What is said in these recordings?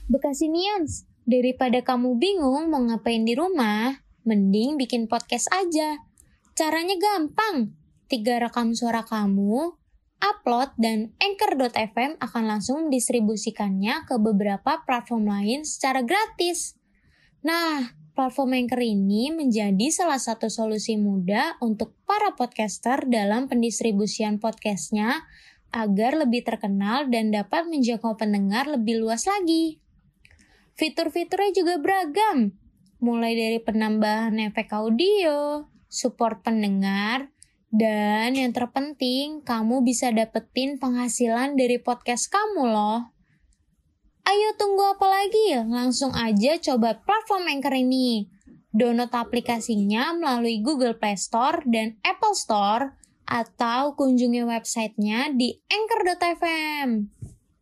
Bekasinians, daripada kamu bingung mau ngapain di rumah, mending bikin podcast aja. Caranya gampang. 3 rekam suara kamu, upload, dan Anchor.fm akan langsung mendistribusikannya ke beberapa platform lain secara gratis. Nah, platform Anchor ini menjadi salah satu solusi mudah untuk para podcaster dalam pendistribusian podcastnya agar lebih terkenal dan dapat menjangkau pendengar lebih luas lagi. Fitur-fiturnya juga beragam, mulai dari penambahan efek audio, support pendengar, dan yang terpenting, kamu bisa dapetin penghasilan dari podcast kamu loh. Ayo tunggu apa lagi? Langsung aja coba platform Anchor ini. Download aplikasinya melalui Google Play Store dan Apple Store, atau kunjungi websitenya di anchor.fm.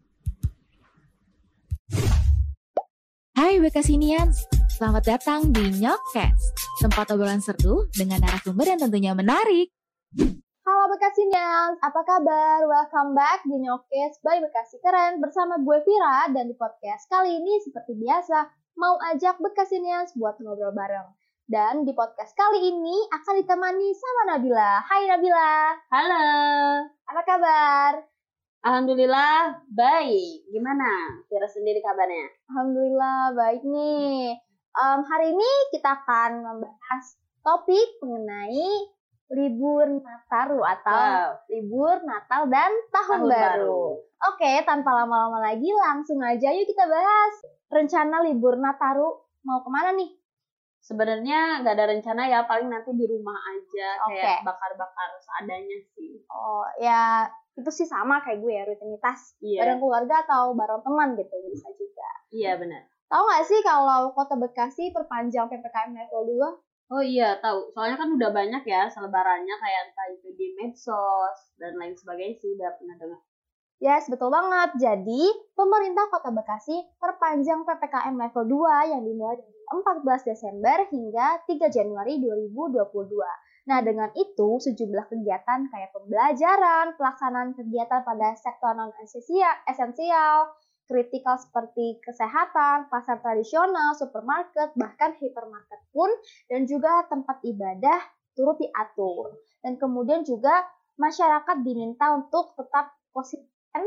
Hai Bekasinians, selamat datang di Nyokcast, tempat obrolan seru dengan narasumber yang tentunya menarik. Halo Bekasinians, apa kabar? Welcome back di Nyokcast by Bekasi Keren bersama gue Vira, dan di podcast kali ini seperti biasa mau ajak Bekasinians buat ngobrol bareng. Dan di podcast kali ini akan ditemani sama Nabila. Hai Nabila. Halo. Apa kabar? Alhamdulillah baik. Gimana Vira sendiri kabarnya? Alhamdulillah baik nih. Hari ini kita akan membahas topik mengenai libur Natal atau libur Natal dan Tahun Baru. Oke, tanpa lama-lama lagi langsung aja yuk kita bahas rencana libur Nataru mau kemana nih? Sebenarnya nggak ada rencana ya, paling nanti di rumah aja kayak bakar-bakar seadanya sih. Oh ya, itu sih sama kayak gue ya, rutinitas bareng keluarga atau bareng teman gitu bisa juga. Iya benar. Tahu nggak sih kalau Kota Bekasi perpanjang PPKM level 2? Oh iya tahu, soalnya kan udah banyak ya selebarannya kayak entah itu di medsos dan lain sebagainya sih, udah pernah dengar. Yes, betul banget. Jadi, pemerintah Kota Bekasi perpanjang PPKM level 2 yang dimulai dari 14 Desember hingga 3 Januari 2022. Nah, dengan itu, sejumlah kegiatan kayak pembelajaran, pelaksanaan kegiatan pada sektor non-esensial, kritikal seperti kesehatan, pasar tradisional, supermarket, bahkan hypermarket pun, dan juga tempat ibadah turut diatur. Dan kemudian juga masyarakat diminta untuk tetap positif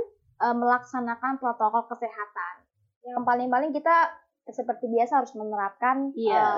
melaksanakan protokol kesehatan. Yang paling-paling kita seperti biasa harus menerapkan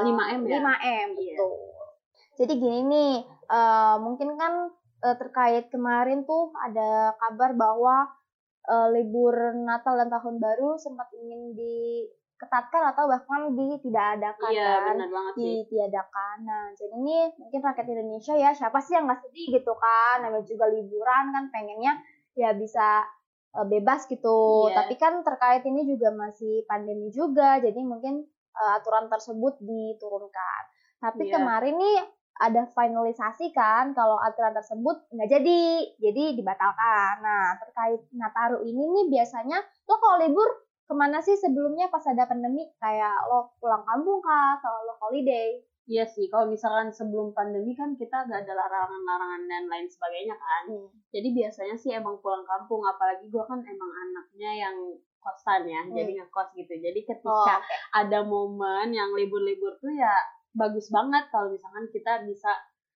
5M ya. 5M betul. Jadi gini nih, mungkin kan terkait kemarin tuh ada kabar bahwa libur Natal dan Tahun Baru sempat ingin diketatkan atau bahkan tidak adakan. Iya, benar banget sih. Ditiadakan. Nah, jadi ini mungkin rakyat Indonesia ya, siapa sih yang nggak sedih gitu kan? Namanya juga liburan kan, pengennya ya bisa bebas gitu. Tapi kan terkait ini juga masih pandemi juga, jadi mungkin aturan tersebut diturunkan. Tapi kemarin nih ada finalisasi kan kalau aturan tersebut nggak jadi dibatalkan. Nah, terkait Nataru ini nih biasanya lo kalau libur kemana sih sebelumnya pas ada pandemi? Kayak lo pulang kampung kah atau lo holiday? Iya sih, kalau misalkan sebelum pandemi kan kita gak ada larangan-larangan dan lain sebagainya kan. Jadi biasanya sih emang pulang kampung, apalagi gue kan emang anaknya yang kosan ya, jadi ngekos gitu. Jadi ketika ada momen yang libur-libur tuh ya bagus banget kalau misalkan kita bisa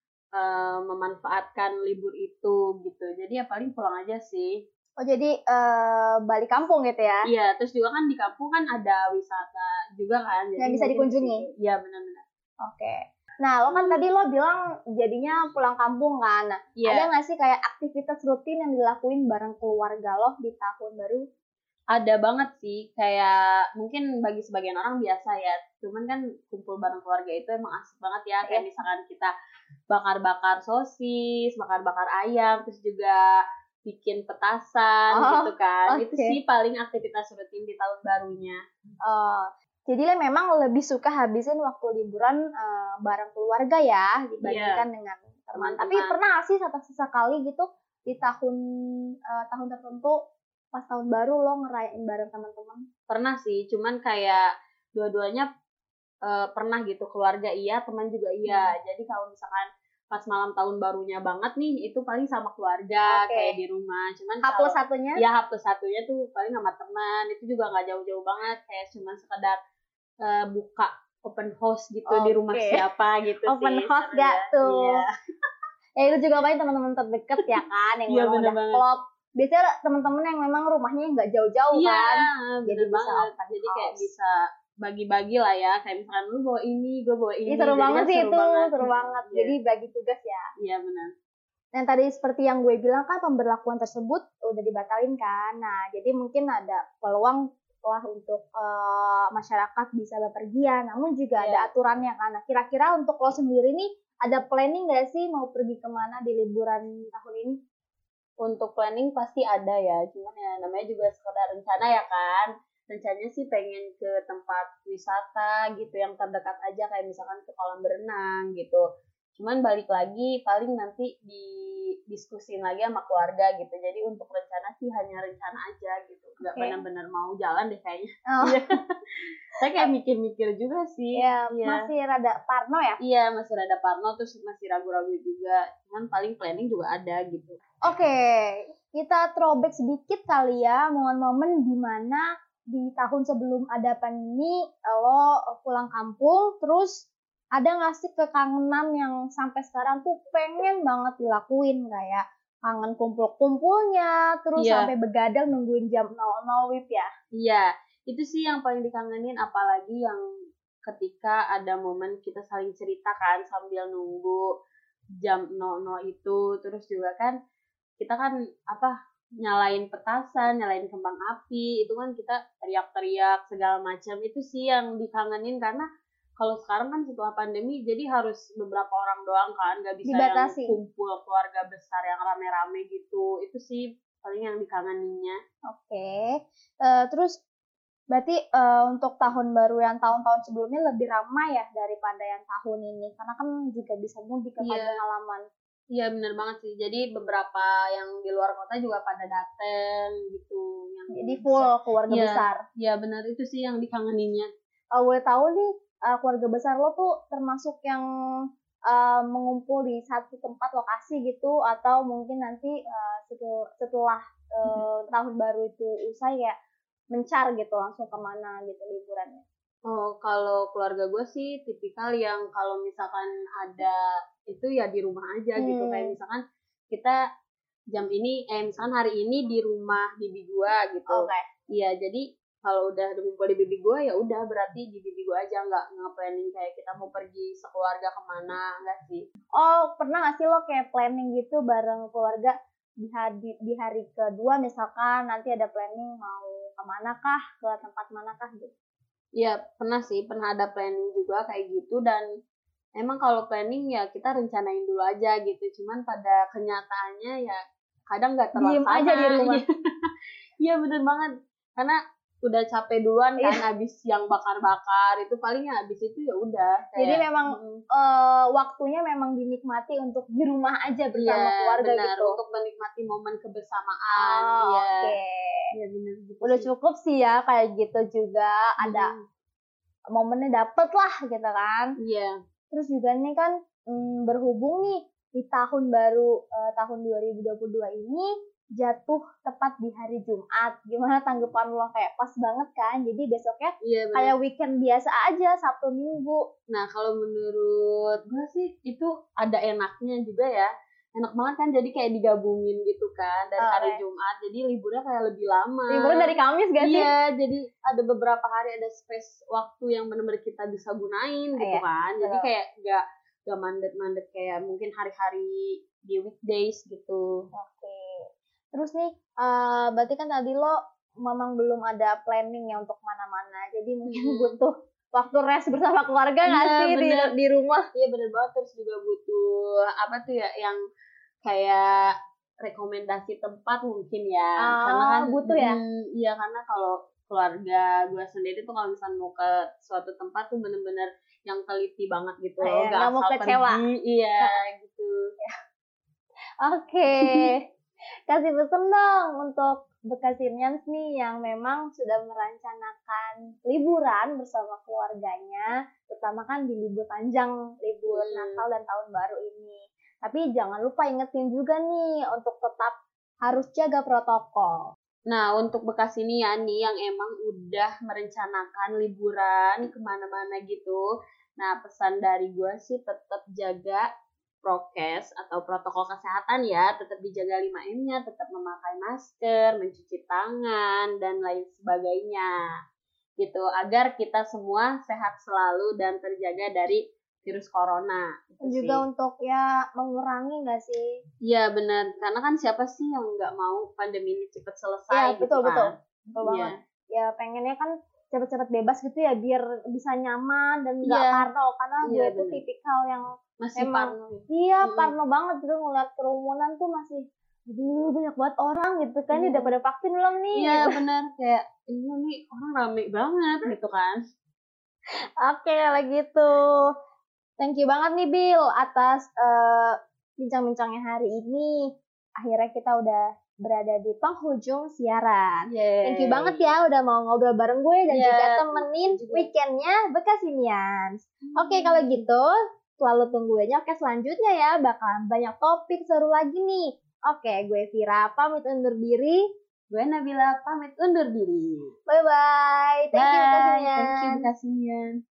memanfaatkan libur itu gitu. Jadi ya paling pulang aja sih. Oh jadi balik kampung gitu ya? Iya, terus juga kan di kampung kan ada wisata juga kan. Yang bisa dikunjungi? Iya benar-benar. Oke. Nah, lo kan tadi lo bilang jadinya pulang kampung kan. Nah, ada nggak sih kayak aktivitas rutin yang dilakuin bareng keluarga lo di Tahun Baru? Ada banget sih. Kayak mungkin bagi sebagian orang biasa ya. Cuman kan kumpul bareng keluarga itu emang asik banget ya. Kayak misalkan kita bakar-bakar sosis, bakar-bakar ayam, terus juga bikin petasan gitu kan. Itu sih paling aktivitas rutin di tahun barunya. Jadi memang lebih suka habisin waktu liburan bareng keluarga ya dibandingkan dengan teman. Tapi pernah sih sesekali gitu di tahun tertentu pas tahun baru lo ngerayain bareng teman-teman? Pernah sih, cuman kayak dua-duanya pernah gitu, keluarga iya, teman juga iya. Jadi kalau misalkan pas malam tahun barunya banget nih, itu paling sama keluarga, kayak di rumah. Cuman kalau H+1-nya? Ya, H+1-nya tuh paling sama teman. Itu juga nggak jauh-jauh banget, kayak cuman sekedar buka open house gitu di rumah siapa gitu open sih. house gak tuh? Iya. Ya itu juga paling teman-teman terdekat ya kan, yang Iya, memang udah klop. Biasanya teman-teman yang memang rumahnya nggak jauh-jauh kan, jadi banget. Jadi kayak bisa bagi-bagi lah ya, kayak misalkan lu bawa ini, gue bawa ini. Seru banget sih itu, seru banget. Iya. Jadi bagi tugas ya. Iya benar. Dan tadi seperti yang gue bilang kan, pemberlakuan tersebut udah dibatalin kan. Nah, jadi mungkin ada peluang lah untuk masyarakat bisa bepergian, namun juga ada aturannya kan. Nah, kira-kira untuk lo sendiri nih, ada planning nggak sih mau pergi kemana di liburan tahun ini? Untuk planning pasti ada ya, cuman ya namanya juga sekedar rencana ya kan. Rencananya sih pengen ke tempat wisata gitu yang terdekat aja, kayak misalkan ke kolam berenang gitu. Cuman balik lagi paling nanti didiskusin lagi sama keluarga gitu. Jadi untuk rencana sih hanya rencana aja gitu, nggak benar-benar mau jalan deh kayaknya. Saya kayak mikir-mikir juga sih. Masih rada parno ya? Iya, masih rada parno, terus masih ragu-ragu juga. Cuman paling planning juga ada gitu. Oke, kita throwback sedikit kali ya, momen-momen di mana di tahun sebelum ada pandemi lo pulang kampung, terus ada nggak sih kekangenan yang sampai sekarang tuh pengen banget dilakuin, kayak kangen kumpul-kumpulnya, terus sampai begadang nungguin jam 00 WIB ya? Iya, itu sih yang paling dikangenin, apalagi yang ketika ada momen kita saling cerita kan sambil nunggu jam 00 itu, terus juga kan kita kan nyalain petasan, nyalain kembang api, itu kan kita teriak-teriak segala macam. Itu sih yang dikangenin, karena kalau sekarang kan setelah pandemi jadi harus beberapa orang doang kan, nggak bisa dibatasi. Yang kumpul keluarga besar yang rame-rame gitu. Itu sih paling yang dikangeninnya. Oke. Terus berarti untuk tahun baru yang tahun-tahun sebelumnya lebih ramai ya daripada yang tahun ini, karena kan juga bisa mudik ke kampung halaman. Iya benar banget sih. Jadi beberapa yang di luar kota juga pada dateng gitu. Jadi full keluarga besar. Iya benar, itu sih yang dikangeninnya. Kalau boleh tahu nih, keluarga besar lo tuh termasuk yang mengumpul di satu tempat lokasi gitu, atau mungkin nanti setelah tahun baru itu usai ya mencar gitu langsung kemana gitu liburannya? Oh, kalau keluarga gue sih tipikal yang kalau misalkan ada itu ya di rumah aja gitu. Kayak misalkan kita jam ini, misalkan hari ini di rumah bibi gue gitu. Iya, jadi kalau udah ngumpul di bibi gue ya udah berarti di bibi gue aja, nggak planning kayak kita mau pergi sekeluarga kemana, enggak sih. Oh, pernah nggak sih lo kayak planning gitu bareng keluarga di hari kedua misalkan nanti ada planning mau kemana kah, ke tempat mana kah gitu? Iya, pernah sih, pernah ada planning juga kayak gitu, dan emang kalau planning ya kita rencanain dulu aja gitu. Cuman pada kenyataannya ya kadang nggak terlaksana. Diem aja di rumah. Iya bener banget, karena udah capek duluan kan, abis yang bakar-bakar itu palingnya abis itu ya udah. Jadi memang waktunya memang dinikmati untuk di rumah aja bersama keluarga benar, gitu. untuk menikmati momen kebersamaan. Iya bener gitu. Udah cukup sih ya kayak gitu juga, ada momennya dapet lah gitu kan. Iya. Terus juga nih kan berhubung nih di tahun baru tahun 2022 ini jatuh tepat di hari Jumat. Gimana tanggapan lo? Kayak pas banget kan? Jadi besoknya kayak weekend biasa aja, Sabtu Minggu. Nah, kalau menurut gue sih itu ada enaknya juga ya. Enak banget kan, jadi kayak digabungin gitu kan dari hari Jumat. Jadi liburnya kayak lebih lama. Liburnya dari Kamis gak sih? Iya, jadi ada beberapa hari ada space waktu yang benar-benar kita bisa gunain gitu kan. Jadi kayak gak mandet-mandet kayak mungkin hari-hari di weekdays gitu. Terus nih, berarti kan tadi lo memang belum ada planning ya untuk mana-mana. Jadi mungkin butuh waktu rest bersama keluarga nggak sih di rumah? Iya bener banget. Terus juga butuh apa tuh ya, yang kayak rekomendasi tempat mungkin ya. Karena kan butuh ya? Iya, karena kalau keluarga gue sendiri tuh kalau misalnya mau ke suatu tempat tuh bener-bener yang teliti banget gitu. Nggak mau kecewa. Iya gitu. Oke. Kasih pesan dong untuk Bekasinians nih yang memang sudah merencanakan liburan bersama keluarganya, terutama kan di libur panjang, libur Natal dan Tahun Baru ini. Tapi jangan lupa ingetin juga nih untuk tetap harus jaga protokol. Nah, untuk Bekasinian nih yang emang udah merencanakan liburan kemana-mana gitu. Nah, pesan dari gue sih tetap jaga prokes atau protokol kesehatan ya, tetap dijaga 5M-nya, tetap memakai masker, mencuci tangan, dan lain sebagainya. Gitu, agar kita semua sehat selalu dan terjaga dari virus corona. Gitu Juga sih. untuk ya mengurangi nggak sih? Iya benar, karena kan siapa sih yang nggak mau pandemi ini cepat selesai Ya, gitu betul, kan? betul Iya. banget. Ya pengennya kan cepet-cepet bebas gitu ya biar bisa nyaman dan nggak Iya. parno, karena Iya, gue tuh bener. tipikal yang Masih emang parno. iya Mm-mm. parno banget gitu ngeliat kerumunan tuh masih aduh banyak banget orang gitu kan. Ini udah pada vaksin belum nih? Iya Gitu. benar, kayak ini nih orang rame banget gitu kan. Oke kalau gitu. Thank you banget nih Bill atas bincang-bincangnya hari ini. Akhirnya kita udah berada di penghujung siaran. Yeay. Thank you banget ya udah mau ngobrol bareng gue dan Iya, juga temenin juga. weekendnya Bekasinians. Oke kalau gitu selalu tungguin Nyokes selanjutnya ya, bakalan banyak topik seru lagi nih. Oke, gue Vira pamit undur diri. Gue Nabila pamit undur diri. Bye bye. Thank you Bye. Bekasinians. Thank you Bekasinian.